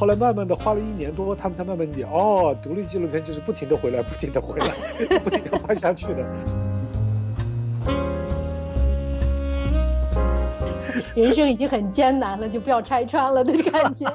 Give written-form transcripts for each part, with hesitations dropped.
后来慢慢的花了1年多，他们才慢慢理解，哦，独立纪录片就是不停的回来，不停的回来，不停的拍下去的。 人生已经很艰难了，就不要拆穿了的感觉。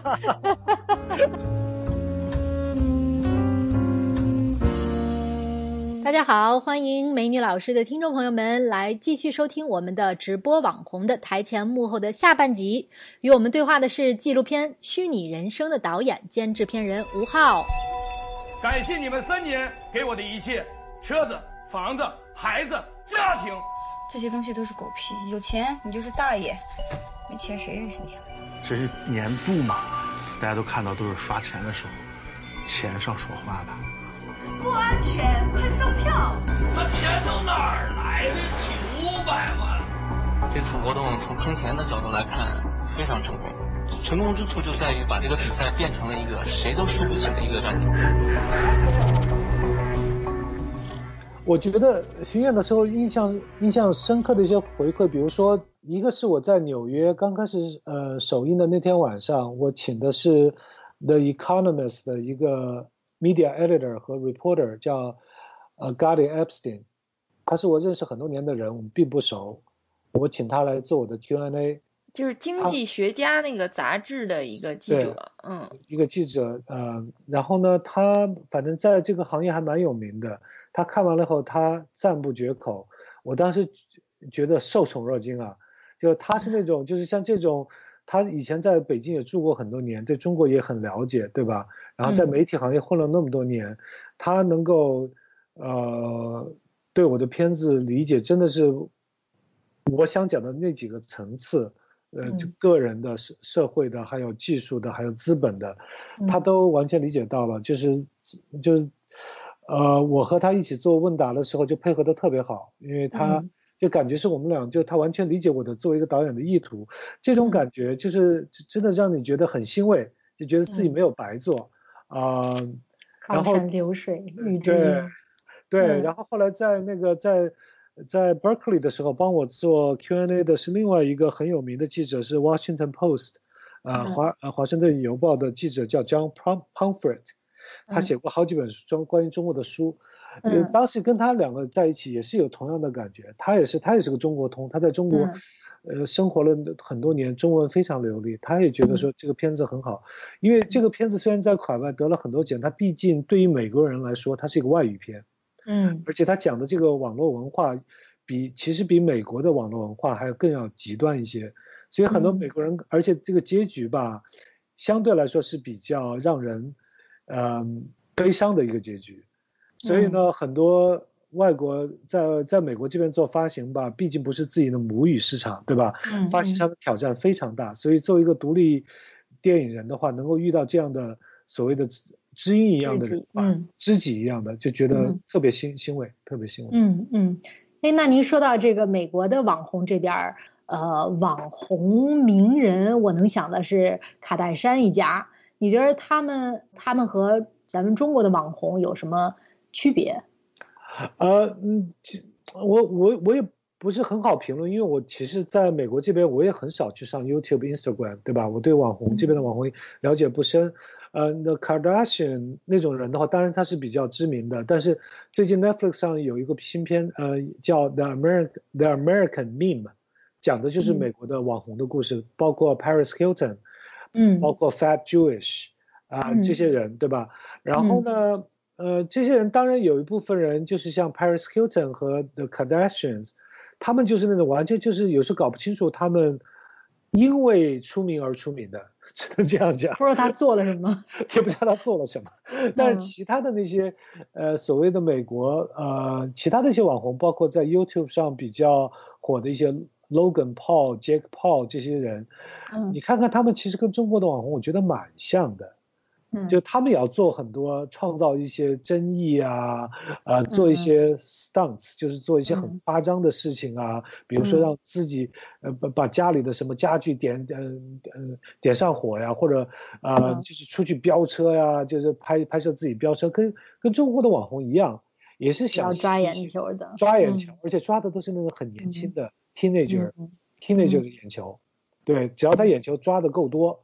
大家好，欢迎美女老师的听众朋友们来继续收听我们的直播网红的台前幕后的下半集。与我们对话的是纪录片《虚拟人生》的导演兼制片人吴昊。 感谢你们3年给我的一切，车子、房子、孩子、家庭， 这些东西都是狗屁。有钱你就是大爷，没钱谁认识你啊？ 这是年度嘛，大家都看到都是刷钱的时候，钱是要说话的。 不安全，快送票！ 那钱都哪儿来的？500万！ 这次活动从坑钱的角度来看非常成功，成功之处就在于把这个比赛变成了一个谁都输不起的一个战争。 我觉得巡演的时候印象深刻的一些回馈，比如说一个是我在纽约刚开始首映的那天晚上，我请的是 The Economist 的一个media editor 和 reporter 叫Gary Epstein， 他是我认识很多年的人，我们并不熟，我请他来做我的 Q&A， 就是经济学家那个杂志的一个记者， 一个记者，然后呢，他反正在这个行业还蛮有名的，他看完了后他赞不绝口，我当时觉得受宠若惊啊，就他是那种就是像这种。他以前在北京也住过很多年，对中国也很了解，对吧？然后在媒体行业混了那么多年，他能够对我的片子理解真的是我想讲的那几个层次，就个人的、社会的，还有技术的，还有资本的，他都完全理解到了。就是我和他一起做问答的时候就配合得特别好，因为他。就感觉是我们俩，就他完全理解我的作为一个导演的意图，这种感觉就是真的让你觉得很欣慰，就觉得自己没有白做然后流水遇知音， 对，然后后来在那个在 Berkeley 的时候帮我做 Q&A 的是另外一个很有名的记者，是 Washington Post 华盛顿邮报的记者叫 John Pomfret， 他写过好几本关于中国的书。当时跟他2个在一起也是有同样的感觉，他也是个中国通，他在中国生活了很多年，中文非常流利，他也觉得说这个片子很好，因为这个片子虽然在海外得了很多奖，它毕竟对于美国人来说它是一个外语片，而且他讲的这个网络文化其实比美国的网络文化还更要极端一些，所以很多美国人而且这个结局吧相对来说是比较让人悲伤的一个结局。所以呢，很多外国在美国这边做发行吧，毕竟不是自己的母语市场，对吧？发行上的挑战非常大，所以作为一个独立电影人的话，能够遇到这样的所谓的知音一样的人，知己一样的，就觉得特别欣慰，特别欣慰。 那您说到这个美国的网红这边，网红名人，我能想的是卡戴珊一家，你觉得他们和咱们中国的网红有什么区别？ 我也不是很好评论，因为我其实在美国这边我也很少去上 YouTube、Instagram， 对吧？我对网红这边的网红了解不深。那 Kardashian 那种人的话，当然他是比较知名的，但是最近 Netflix 上有一个新片，叫 The American Meme， 讲的就是美国的网红的故事，包括 Paris Hilton， 包括 Fat Jewish 这些人，对吧？然后呢？这些人当然有一部分人就是像 Paris Hilton 和 The Kardashians， 他们就是那种完全就是有时候搞不清楚他们因为出名而出名的，只能这样讲。 不知道他做了什么， 也不知道他做了什么。但是其他的那些所谓的美国其他的一些网红，包括在 YouTube 上比较火的一些 Logan Paul、Jake Paul 这些人，你看看他们其实跟中国的网红我觉得蛮像的。就他们也要做很多创造一些争议啊，做一些 stunts， 就是做一些很夸张的事情啊，比如说让自己把家里的什么家具点上火呀，或者就是出去飙车呀，就是拍摄自己飙车，跟中国的网红一样，也是想抓眼球的， 而且抓的都是那种很年轻的 teenager 的眼球，对，只要他眼球抓的够多。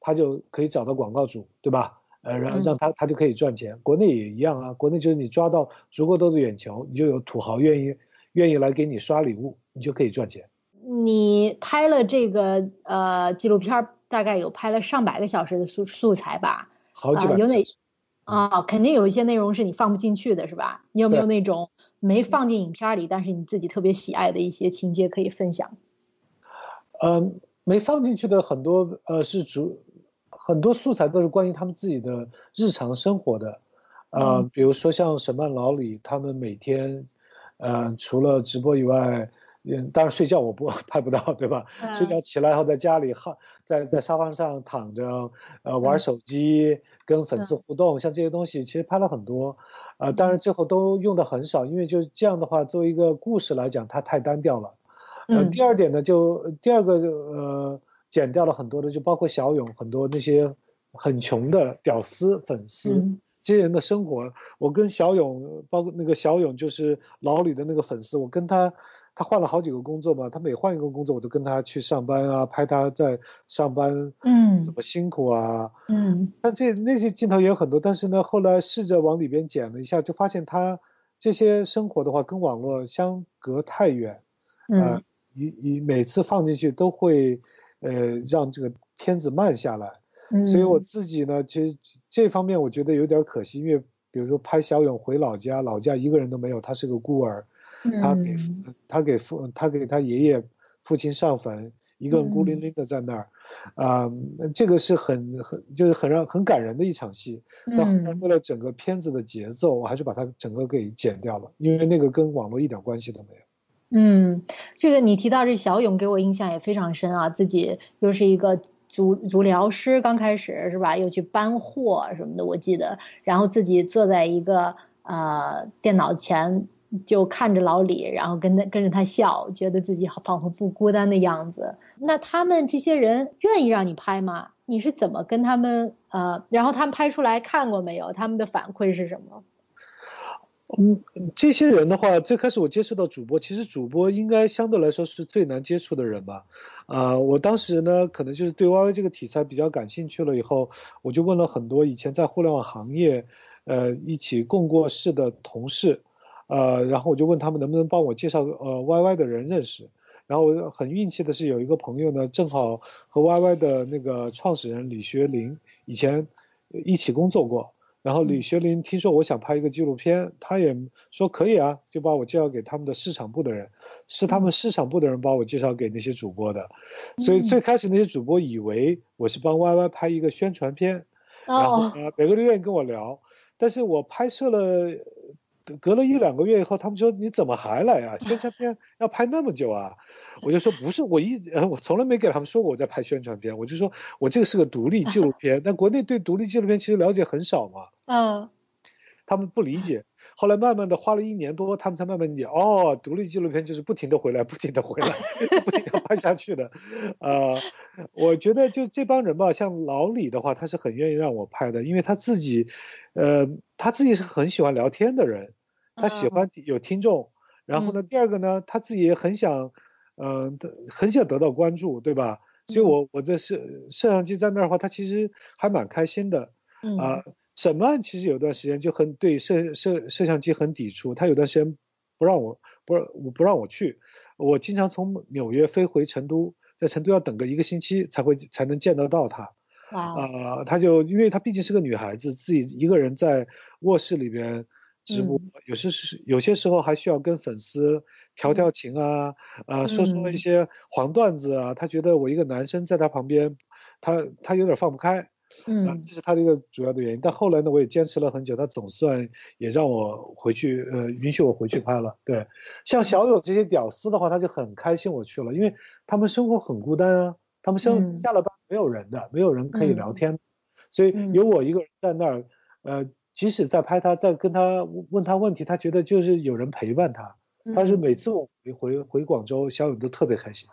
他就可以找到广告主，对吧？让他就可以赚钱。国内也一样啊，国内就是你抓到足够多的眼球，你就有土豪愿意来给你刷礼物，你就可以赚钱。 你拍了这个纪录片，大概有拍了上百个小时的素材吧？ 好几百个小时。 肯定有一些内容是你放不进去的，是吧？你有没有那种没放进影片里，但是你自己特别喜爱的一些情节可以分享？ 没放进去的很多很多素材都是关于他们自己的日常生活的，比如说像沈曼老李他们每天，除了直播以外，当然睡觉我拍不到，对吧？睡觉起来后在家里在沙发上躺着，玩手机跟粉丝互动，像这些东西其实拍了很多，当然最后都用的很少，因为就这样的话作为一个故事来讲它太单调了。第二点呢，第二个剪掉了很多的，就包括小勇很多那些很穷的屌丝粉丝，这些人的生活。我跟小勇，包括那个小勇就是老李的那个粉丝，我跟他换了好几个工作嘛，他每换一个工作我都跟他去上班啊，拍他在上班怎么辛苦啊，但那些镜头也有很多，但是呢后来试着往里边剪了一下，就发现他这些生活的话跟网络相隔太远，你每次放进去都会让这个片子慢下来，所以我自己呢其实这方面我觉得有点可惜，因为比如说拍小勇回老家一个人都没有，他是个孤儿，他给他爷爷父亲上坟，一个人孤零零的在那儿，这个是就是很感人的一场戏，但为了整个片子的节奏，我还是把它整个给剪掉了，因为那个跟网络一点关系都没有。 这个你提到这小勇给我印象也非常深啊，自己又是一个足疗师，刚开始是吧，又去搬货什么的我记得，然后自己坐在一个电脑前就看着老李，然后跟着他笑，觉得自己仿佛不孤单的样子。那他们这些人愿意让你拍吗？你是怎么跟他们然后他们拍出来看过没有？他们的反馈是什么？ 这些人的话，最开始我接触到主播，其实主播应该相对来说是最难接触的人吧。我当时呢，可能就是对 YY 这个题材比较感兴趣了以后，我就问了很多以前在互联网行业一起共过事的同事，然后我就问他们能不能帮我介绍YY 的人认识。然后很运气的是有一个朋友呢，正好和 YY 的那个创始人李学林以前一起工作过。然后李学林听说我想拍一个纪录片，他也说可以啊，就把我介绍给他们的市场部的人，是他们市场部的人把我介绍给那些主播的，所以最开始那些主播以为我是帮 YY 拍一个宣传片，然后每个人愿意跟我聊，但是我拍摄了隔了1-2个月以后，他们说你怎么还来啊？宣传片要拍那么久啊？我就说不是，我从来没给他们说过我在拍宣传片，我就说我这个是个独立纪录片。但国内对独立纪录片其实了解很少嘛，他们不理解。后来慢慢的花了1年多，他们才慢慢理解，独立纪录片就是不停的回来，不停的拍下去的。我觉得就这帮人吧，像老李的话，他是很愿意让我拍的，因为他自己是很喜欢聊天的人，他喜欢有听众。然后呢，第二个呢，他自己也很想得到关注，对吧？所以我的摄像机在那儿的话，他其实还蛮开心的。沈曼其实有段时间就很对摄像机很抵触，他有段时间不让我去，我经常从纽约飞回成都，在成都要等个1个星期才能见得到他。他就因为他毕竟是个女孩子，自己一个人在卧室里边直播，有些时候还需要跟粉丝调情啊，说一些黄段子啊，他觉得我一个男生在他旁边，他有点放不开。这是他的一个主要的原因。但后来呢，我也坚持了很久，他总算也让我回去，允许我回去拍了。对，像小勇这些屌丝的话，他就很开心我去了，因为他们生活很孤单啊，他们下了班没有人的，没有人可以聊天，所以有我一个人在那儿，即使在拍他，在跟他问他问题，他觉得就是有人陪伴他。他是每次我回广州，小勇都特别开心。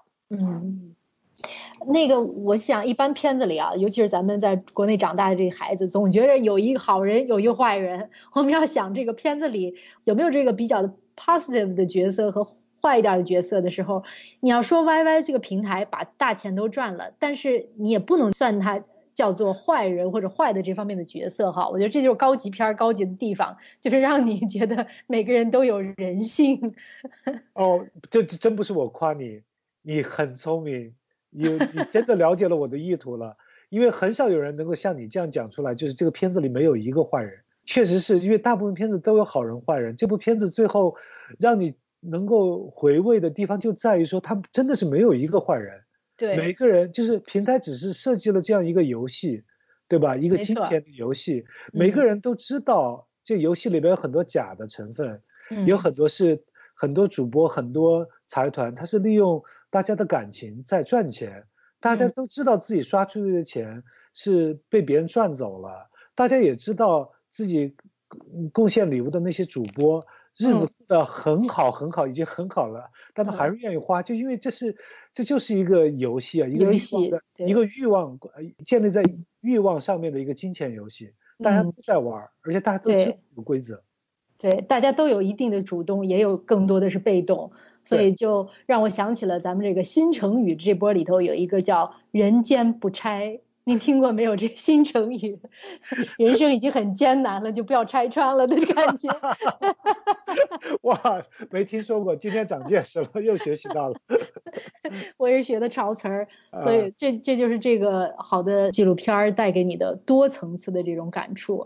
那个我想一般片子里啊，尤其是咱们在国内长大的这个孩子，总觉得有一个好人有一个坏人，我们要想这个片子里有没有这个比较 positive 的角色和坏一点的角色的时候，你要说 YY 这个平台把大钱都赚了，但是你也不能算它叫做坏人或者坏的这方面的角色哈。我觉得这就是高级片高级的地方，就是让你觉得每个人都有人性。 哦，这真不是我夸你，你很聪明，你真的了解了我的意图了。因为很少有人能够像你这样讲出来，就是这个片子里没有一个坏人。确实是因为大部分片子都有好人坏人，这部片子最后让你能够回味的地方就在于说，他真的是没有一个坏人。 对， 每个人就是平台只是设计了这样一个游戏，对吧？一个金钱的游戏，每个人都知道这游戏里边有很多假的成分，有很多是很多主播、很多财团，他是利用大家的感情在赚钱。大家都知道自己刷出去的钱是被别人赚走了，大家也知道自己贡献礼物的那些主播日子过得很好很好，已经很好了，但他还是愿意花，就因为这就是一个游戏啊，一个欲望建立在欲望上面的一个金钱游戏，大家都在玩，而且大家都知道这个规则。 对，大家都有一定的主动，也有更多的是被动，所以就让我想起了咱们这个新成语这波里头有一个叫人间不拆，您听过没有？这新成语，人生已经很艰难了，就不要拆穿了的感觉。 哇，没听说过，今天长见识了，又学习到了。 我也是学的潮词儿，所以这就是这个好的纪录片带给你的多层次的这种感触。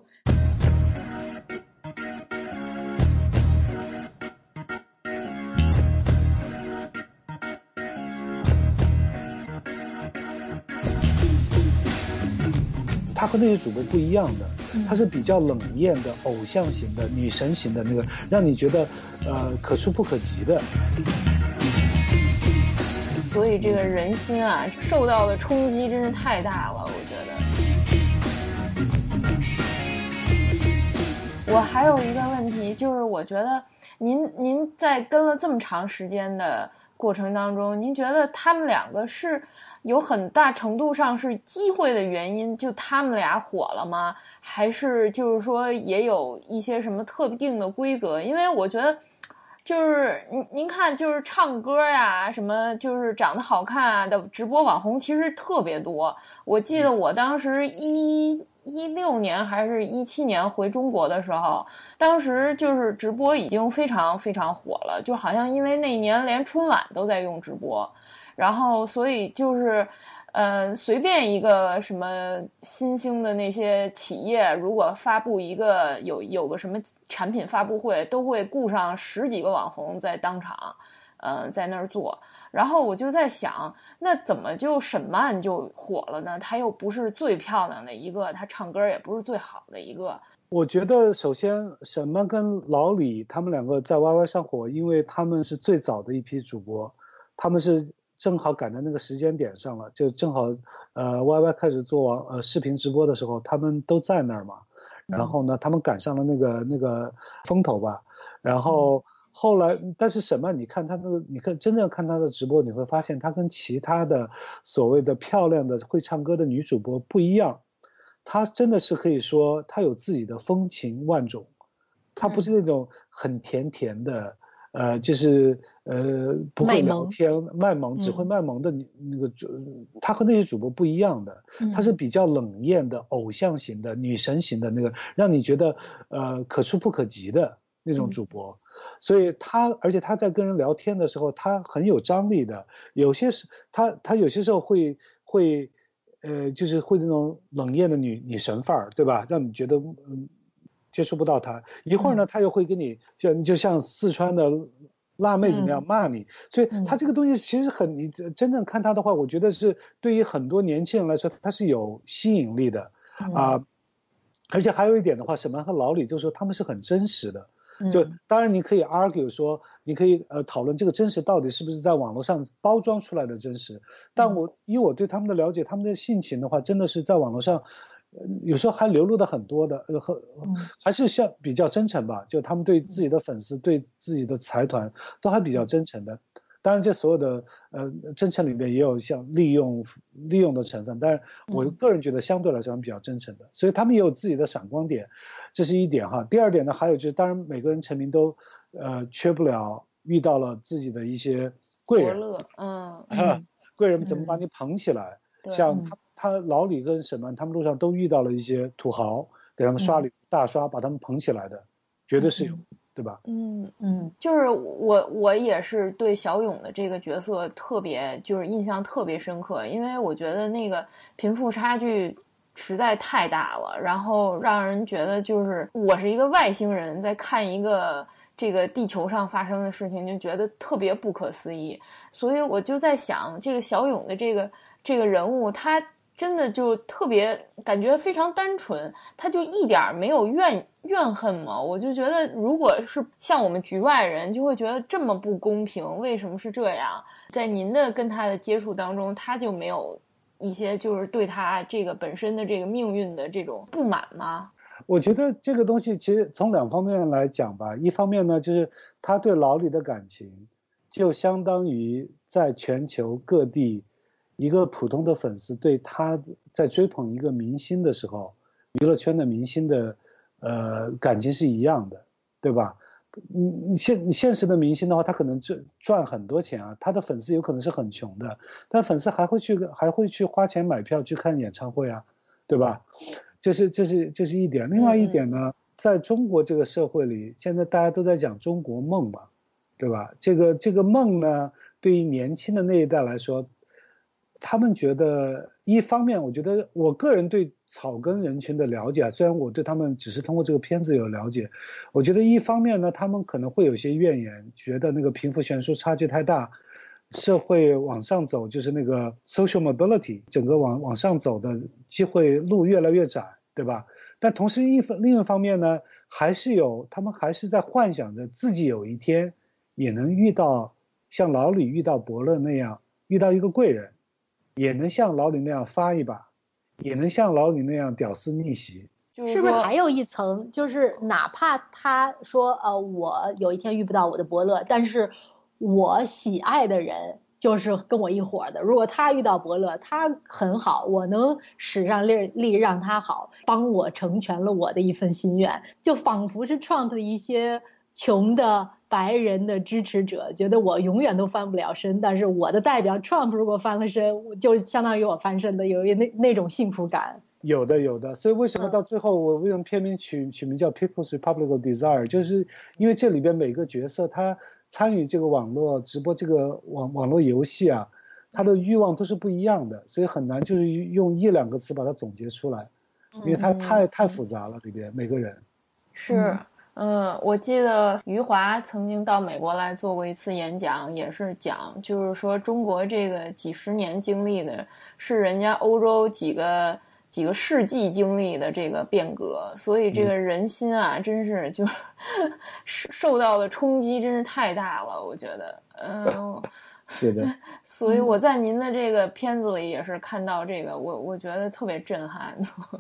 他和那些主播不一样的，他是比较冷艳的、偶像型的、女神型的那个，让你觉得可触不可及的。 所以这个人心啊，受到的冲击真是太大了，我觉得。我还有一个问题，就是我觉得您在跟了这么长时间的过程当中，您觉得他们两个是有很大程度上是机会的原因，就他们俩火了吗？还是就是说也有一些什么特定的规则？因为我觉得就是您看，就是唱歌呀，什么就是长得好看啊的直播网红其实特别多。我记得我当时16年还是17年回中国的时候，当时就是直播已经非常非常火了，就好像因为那年连春晚都在用直播，然后所以就是随便一个什么新兴的那些企业，如果发布一个有个什么产品发布会，都会雇上10几个网红在当场在那儿做。然后我就在想，那怎么就沈曼就火了呢？她又不是最漂亮的一个，她唱歌也不是最好的一个。 我觉得首先沈曼跟老李他们两个在 YY 上火，因为他们是最早的一批主播，他们是正好赶在那个时间点上了，就正好YY 开始做视频直播的时候，他们都在那儿嘛。然后呢，他们赶上了那个风头吧。然后后来，但是沈曼，你看真正看他的直播，你会发现他跟其他的所谓的漂亮的会唱歌的女主播不一样。她真的是可以说她有自己的风情万种，她不是那种很甜甜的。就是不会聊天卖萌，只会卖萌的那个他和那些主播不一样的，他是比较冷艳的偶像型的女神型的那个，让你觉得可触不可及的那种主播。所以而且他在跟人聊天的时候，他很有张力的，有些是他有些时候会就是会那种冷艳的女神范儿，对吧？让你觉得接触不到他，一会儿呢，他又会跟你就像四川的辣妹子那样骂你，所以他这个东西其实你真正看他的话，我觉得是对于很多年轻人来说，他是有吸引力的而且还有一点的话，沈曼和老李就说他们是很真实的，就当然你可以 argue 说，你可以讨论这个真实到底是不是在网络上包装出来的真实，但以我对他们的了解，他们的性情的话，真的是在网络上。有时候还流露的很多的，还是像比较真诚吧，就他们对自己的粉丝、对自己的财团都还比较真诚的。当然，这所有的真诚里面也有像利用的成分，但是我个人觉得相对来说比较真诚的，所以他们也有自己的闪光点，这是一点哈。第二点呢，还有就是，当然每个人成名都缺不了遇到了自己的一些贵人，贵人怎么把你捧起来？像他老李跟沈曼他们路上都遇到了一些土豪，给他们刷礼大刷，把他们捧起来的，绝对是有，对吧？ 就是我也是对小勇的这个角色特别就是印象特别深刻，因为我觉得那个贫富差距实在太大了，然后让人觉得就是我是一个外星人在看一个这个地球上发生的事情，就觉得特别不可思议。所以我就在想，这个小勇的这个人物，他真的就特别感觉非常单纯，他就一点没有怨恨嘛。我就觉得如果是像我们局外人就会觉得这么不公平，为什么是这样？在您的跟他的接触当中，他就没有一些就是对他这个本身的这个命运的这种不满吗？ 我觉得这个东西其实从两方面来讲吧，一方面呢就是他对老李的感情就相当于在全球各地一个普通的粉丝对他在追捧一个明星的时候，娱乐圈的明星的感情是一样的，对吧？现实的明星的话，他可能赚很多钱啊，他的粉丝有可能是很穷的，但粉丝还会去花钱买票去看演唱会啊，对吧？这是一点。另外一点呢，在中国这个社会里，现在大家都在讲中国梦嘛，对吧？这个梦呢，对于年轻的那一代来说，他们觉得一方面，我觉得我个人对草根人群的了解，虽然我对他们只是通过这个片子有了解，我觉得一方面呢，他们可能会有些怨言，觉得那个贫富悬殊差距太大，社会往上走就是那个 social mobility， 整个往上走的机会路越来越窄，对吧？但同时另一方面呢，他们还是在幻想着自己有一天也能遇到像老李遇到伯乐那样，遇到一个贵人，也能像老李那样发一把，也能像老李那样屌丝逆袭。 是不是还有一层，就是哪怕他说我有一天遇不到我的伯乐，但是我喜爱的人就是跟我一伙的，如果他遇到伯乐，他很好，我能使上力让他好，帮我成全了我的一份心愿，就仿佛是 Trump 的一些穷的白人的支持者觉得我永远都翻不了身，但是我的代表 Trump 如果翻了身，就相当于我翻身的，有那种幸福感。 有的，所以为什么到最后我为什么片名取名叫 People's Republic of Desire， 就是因为这里边每个角色他参与这个网络直播这个网络游戏啊，他的欲望都是不一样的，所以很难就是用一两个词把它总结出来，因为它太复杂了，里边每个人。 是。我记得余华曾经到美国来做过一次演讲，也是讲就是说中国这个几十年经历的是人家欧洲几个世纪经历的这个变革，所以这个人心啊真是就受到的冲击真是太大了，我觉得是的。 所以我在您的这个片子里也是看到这个，我觉得特别震撼。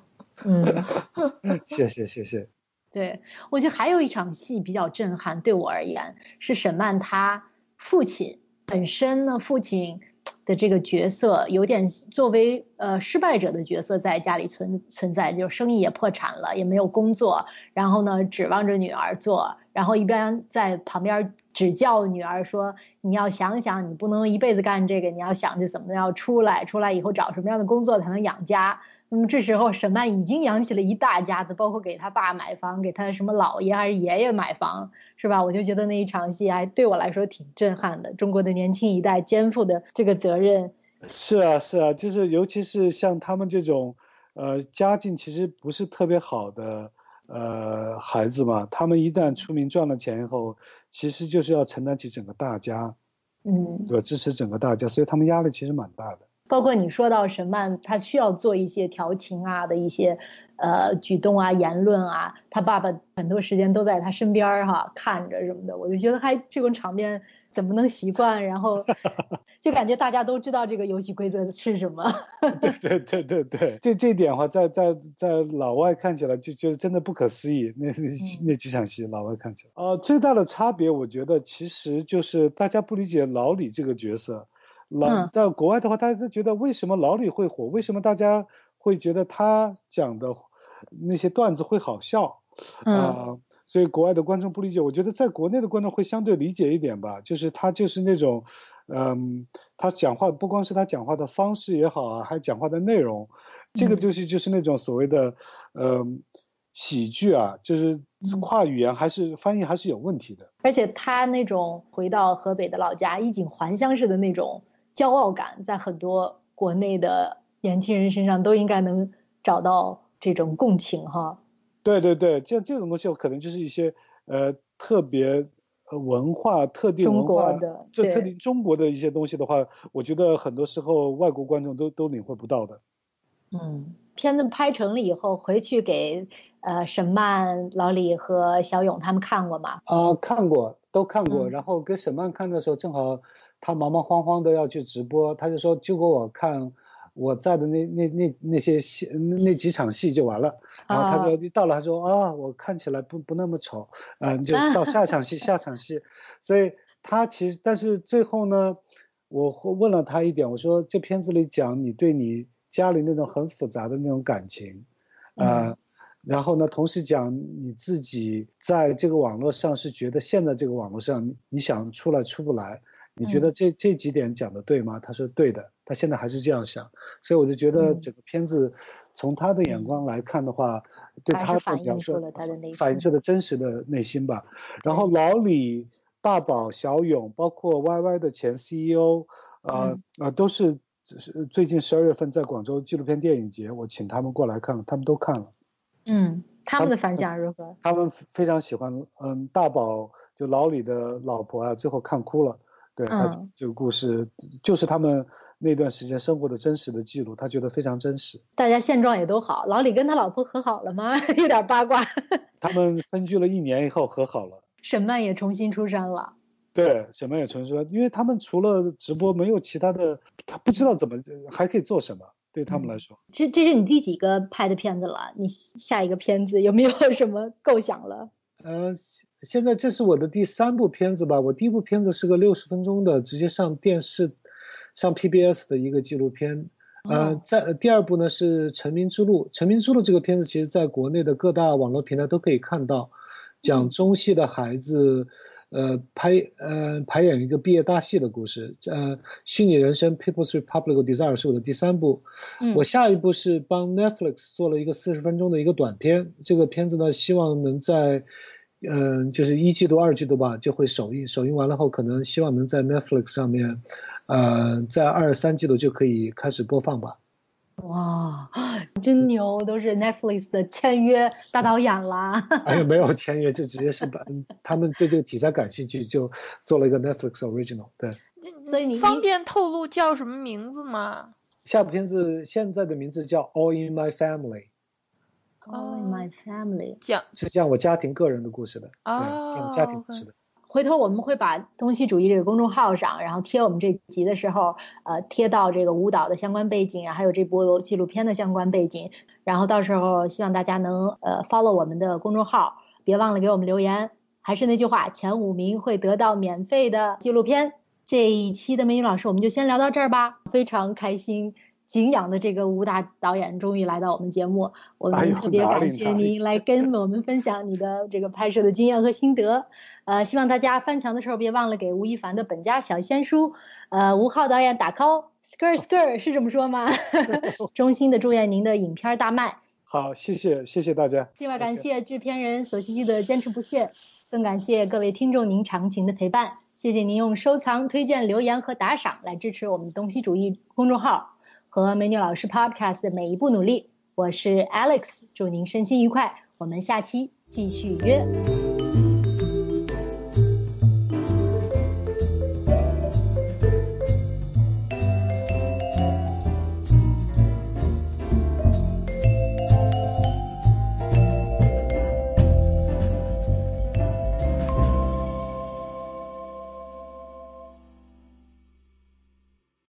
谢谢。 对，我觉得还有一场戏比较震撼，对我而言是沈曼他父亲本身呢，父亲的这个角色有点作为失败者的角色在家里存在，就生意也破产了，也没有工作，然后呢指望着女儿做，然后一边在旁边指教女儿说，你要想想，你不能一辈子干这个，你要想着怎么样出来以后找什么样的工作才能养家。那么这时候沈曼已经养起了一大家子，包括给他爸买房，给他什么姥爷还是爷爷买房，是吧？我就觉得那一场戏还对我来说挺震撼的，中国的年轻一代肩负的这个责任。 是啊，就是尤其是像他们这种家境其实不是特别好的孩子嘛，他们一旦出名赚了钱以后，其实就是要承担起整个大家，对吧？支持整个大家，所以他们压力其实蛮大的。 包括你说到沈曼他需要做一些调情啊的一些举动啊言论啊，他爸爸很多时间都在他身边看着什么的，我就觉得还这种场面怎么能习惯，然后就感觉大家都知道这个游戏规则是什么。 对，这一点的话在老外看起来就觉得真的不可思议，那几场戏老外看起来最大的差别我觉得其实就是大家不理解老李这个角色。在国外的话，大家都觉得为什么老李会火，为什么大家会觉得他讲的那些段子会好笑所以国外的观众不理解。我觉得在国内的观众会相对理解一点吧，就是他就是那种他讲话不光是他讲话的方式也好啊，还讲话的内容，这个就是那种所谓的喜剧啊，就是跨语言还是翻译还是有问题的。 而且他那种回到河北的老家衣锦还乡式的那种骄傲感，在很多国内的年轻人身上都应该能找到这种共情哈。对， 这种东西可能就是一些特别文化特定文化的，就特定中国的一些东西的话，我觉得很多时候外国观众都领会不到的。 片子拍成了以后回去给沈曼、老李和小勇他们看过吗？ 看过，都看过。然后给沈曼看的时候，正好他忙忙慌慌的要去直播，他就说就给我看我在的那些戏，那几场戏就完了。然后他就一到了，他说我看起来不那么丑，就到下场戏下场戏。所以他其实，但是最后呢，我问了他一点，我说这片子里讲你对你家里那种很复杂的那种感情，然后呢，同时讲你自己在这个网络上是觉得现在这个网络上你想出来出不来，你觉得这几点讲的对吗？他说对的，他现在还是这样想。所以我就觉得整个片子从他的眼光来看的话，对他的描述反映出了真实的内心吧。然后老李、大宝、小勇，包括 YY 的前 CEO，都是最近12月份在广州纪录片电影节，我请他们过来看，他们都看了。 他们的反响如何？ 他们非常喜欢。大宝就老李的老婆啊，最后看哭了。对，他这个故事就是他们那段时间生活的真实的记录，他觉得非常真实。 大家现状也都好。老李跟他老婆和好了吗？有点八卦。 他们分居了1年以后和好了。 沈曼也重新出山了。 对，沈曼也重新出山，因为他们除了直播没有其他的，他不知道怎么还可以做什么。对他们来说， 这是你第几个拍的片子了？你下一个片子有没有什么构想了？ 现在这是我的第3部片子吧。我第1部片子是个60分钟的，直接上电视，上 PBS 的一个纪录片。在第2部呢是《成名之路》。《成名之路》这个片子其实在国内的各大网络平台都可以看到，讲中戏的孩子。排演一个毕业大戏的故事。虚拟人生 People's Republic of Desire 是我的第3部。我下一部是帮 Netflix 做了一个40分钟的一个短片。这个片子呢，希望能在就是1季度2季度吧就会首映完了后，可能希望能在 Netflix 上面在2、3季度就可以开始播放吧。 哇，真牛，都是 Netflix 的签约大导演啦。 没有签约，就直接是他们对这个题材感兴趣，就做了一个 Netflix original。 对， 所以你方便透露叫什么名字吗？ 下部片子现在的名字叫 All in My Family。 All in My Family 是讲我家庭个人的故事的。讲家庭故事的。 回头我们会把东西主义这个公众号上，然后贴我们这集的时候贴到这个舞蹈的相关背景，还有这部纪录片的相关背景，然后到时候希望大家能follow 我们的公众号，别忘了给我们留言。还是那句话，前5名会得到免费的纪录片。这一期的美女老师我们就先聊到这儿吧。非常开心敬仰的这个武打导演终于来到我们节目，我们特别感谢您来跟我们分享你的这个拍摄的经验和心得。希望大家翻墙的时候别忘了给吴亦凡的本家小仙书吴昊导演打 call skr 是这么说吗？衷心的祝愿您的影片大卖。 好，谢谢大家。 另外感谢制片人索西西的坚持不懈，更感谢各位听众您长情的陪伴。谢谢您用收藏、推荐、留言和打赏来支持我们东西主义公众号和美女老师 Podcast 的每一步努力。我是 Alex， 祝您身心愉快，我们下期继续约。